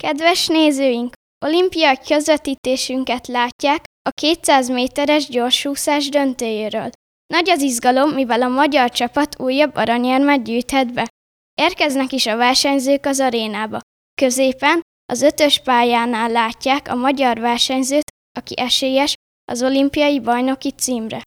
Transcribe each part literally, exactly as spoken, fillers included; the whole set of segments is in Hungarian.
Kedves nézőink, olimpiai közvetítésünket látják a kétszáz méteres gyorsúszás döntőjéről. Nagy az izgalom, mivel a magyar csapat újabb aranyérmet gyűjthet be. Érkeznek is a versenyzők az arénába. Középen az ötös pályánál látják a magyar versenyzőt, aki esélyes az olimpiai bajnoki címre.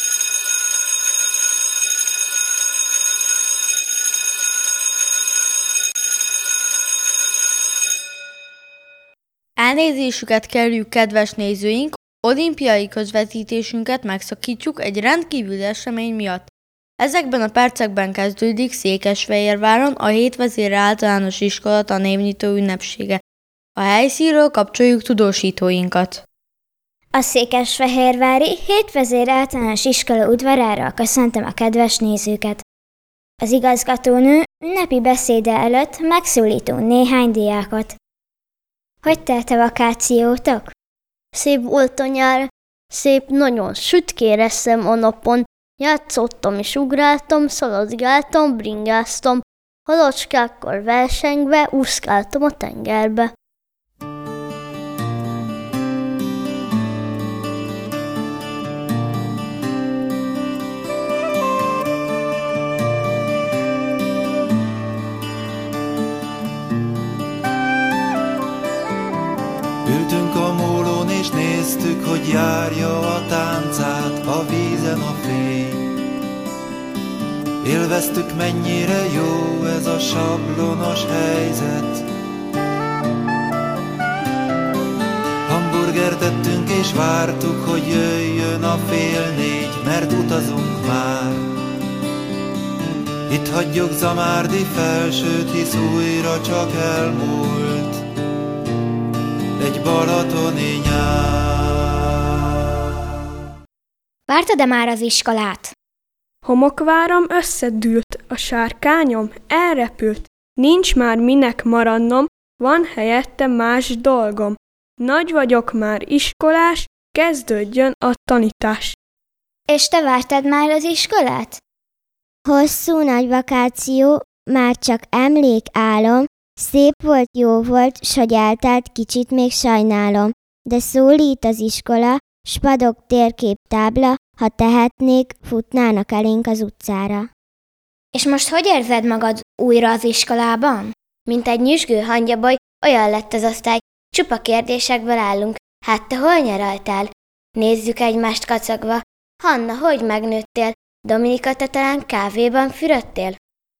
Elnézésüket kérjük, kedves nézőink, olimpiai közvetítésünket megszakítjuk egy rendkívüli esemény miatt. Ezekben a percekben kezdődik Székesfehérváron a Hétvezér Általános Iskola tanévnyitó ünnepsége. A helyszínről kapcsoljuk tudósítóinkat. A székesfehérvári Hétvezér Általános Iskola udvarára köszöntöm a kedves nézőket. Az igazgatónő ünnepi beszéde előtt megszólító néhány diákot. Hogy telt a vakációtok? Szép volt a nyár, szép, nagyon sütkéres szem a napon. Játszottam és ugráltam, szaladgáltam, bringáztam, halacskákkal versengve úszkáltam a tengerbe. Ültünk a mólón és néztük, hogy járja a táncát a vízen a fény. Élveztük, mennyire jó ez a sablonos helyzet. Hamburgert ettünk és vártuk, hogy jöjjön a fél négy, mert utazunk már. Itt hagyjuk Zamárdi felsőt, hisz újra csak elmúlt egy balatoni nyár. Vártad-e már az iskolát? Homokváram összedült, a sárkányom elrepült. Nincs már minek maradnom, van helyette más dolgom. Nagy vagyok már iskolás, kezdődjön a tanítás. És te vártad már az iskolát? Hosszú nagy vakáció, már csak emlékálom, szép volt, jó volt, s hogy eltelt, kicsit még sajnálom. De szólít az iskola, spadok térképtábla, ha tehetnék, futnának elénk az utcára. És most hogy érzed magad újra az iskolában? Mint egy nyüzsgő hangyaboly, olyan lett az osztály, csupa kérdésekből állunk. Hát te hol nyaraltál? Nézzük egymást kacagva. Hanna, hogy megnőttél? Dominika, te talán kávéban fürödtél?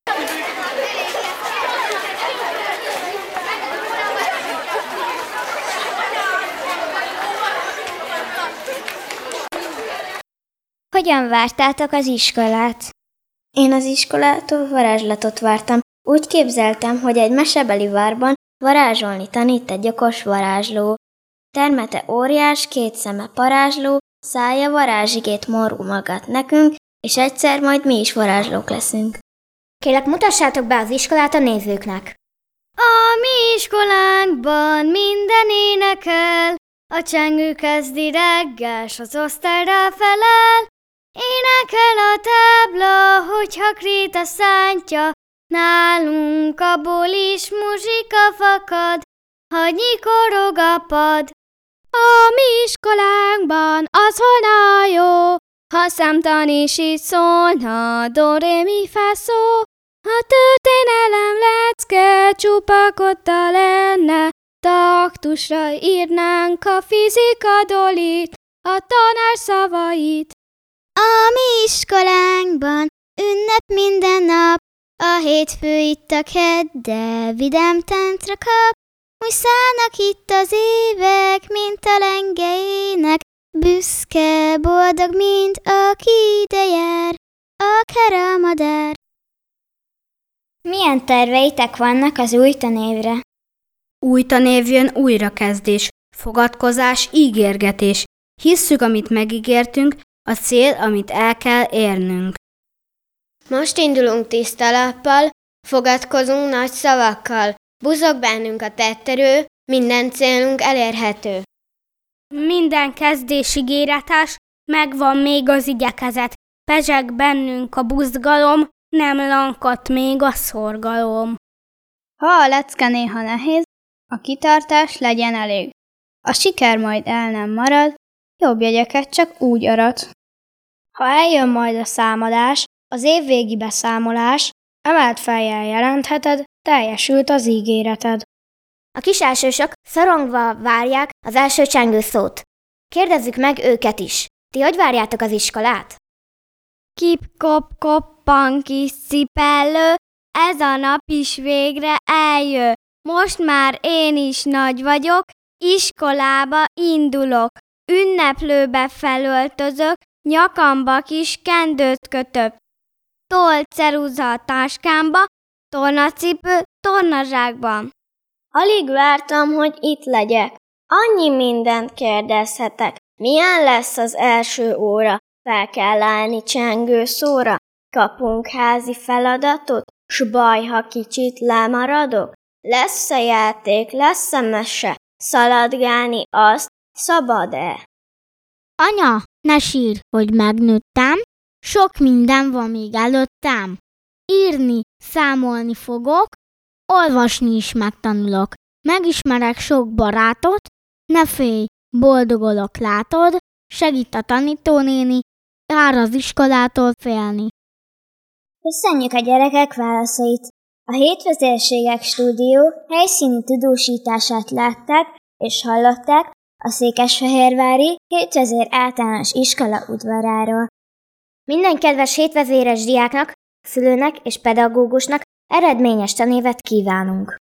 Hogyan vártátok az iskolát? Én az iskolától varázslatot vártam. Úgy képzeltem, hogy egy mesebeli várban varázsolni tanít egy okos varázsló. Termete óriás, két szeme parázsló, szája varázsigét morul magát nekünk, és egyszer majd mi is varázslók leszünk. Kérlek, mutassátok be az iskolát a nézőknek. A mi iskolánkban minden énekel, a csengő kezdi reggel, s az osztály ráfelel. Énekel a tábla, hogyha krét a szántja, nálunk abból is muzsika fakad, ha nyikorog a pad. A mi iskolánkban az volna jó, ha számtan is így szólna, do, ré, mi, fá, szó. Ha történelem lecke csupakodta lenne, taktusra írnánk a fizika dolit, a tanár szavait. A mi iskolánkban ünnep minden nap, a hétfő itt a kedd, de vidám táncra kap. Úgy szállnak itt az évek, mint a lengeinek, büszke, boldog, mint aki ide jár, a keramadár. Milyen terveitek vannak az új tanévre? Új tanév jön, újrakezdés, fogadkozás, ígérgetés. Hisszük, amit megígértünk, a cél, amit el kell érnünk. Most indulunk tiszta lappal, fogadkozunk nagy szavakkal. Buzog bennünk a tetterő, minden célunk elérhető. Minden kezdés ígéretes, megvan még az igyekezet. Pezseg bennünk a buzgalom, nem lankadt még a szorgalom. Ha a lecke néha nehéz, A kitartás legyen elég. A siker majd el nem marad, jobb jegyeket csak úgy arat. Ha eljön majd a számadás, az évvégi beszámolás, emelt fejjel jelentheted, teljesült az ígéreted. A kis elsősök szorongva várják az első csengő szót. Kérdezzük meg őket is. Ti hogy várjátok az iskolát? Kip-kop-koppan kis cipellő, ez a nap is végre eljö. Most már én is nagy vagyok, iskolába indulok. Ünneplőbe felöltözök, nyakamba kis kendőt kötök. Tolt ceruza a táskámba, tornacipő tornazsákban. Alig vártam, hogy itt legyek. Annyi mindent kérdezhetek. Milyen lesz az első óra? Fel kell állni csengő szóra? Kapunk házi feladatot? S baj, ha kicsit lemaradok? Lesz-e játék, lesz-e mese? Szaladgálni azt szabad-e? Anya, ne sírj, hogy megnőttem, sok minden van még előttem. Írni, számolni fogok, olvasni is megtanulok. Megismerek sok barátot, ne félj, boldogolok, látod, segít a tanítónéni, jár az iskolától félni. Köszönjük a gyerekek válaszait! A Hétvezérségek Stúdió helyszíni tudósítását látták és hallották a székesfehérvári Hétvezér általános iskola udvaráról. Minden kedves hétvezéres diáknak, szülőnek és pedagógusnak eredményes tanévet kívánunk!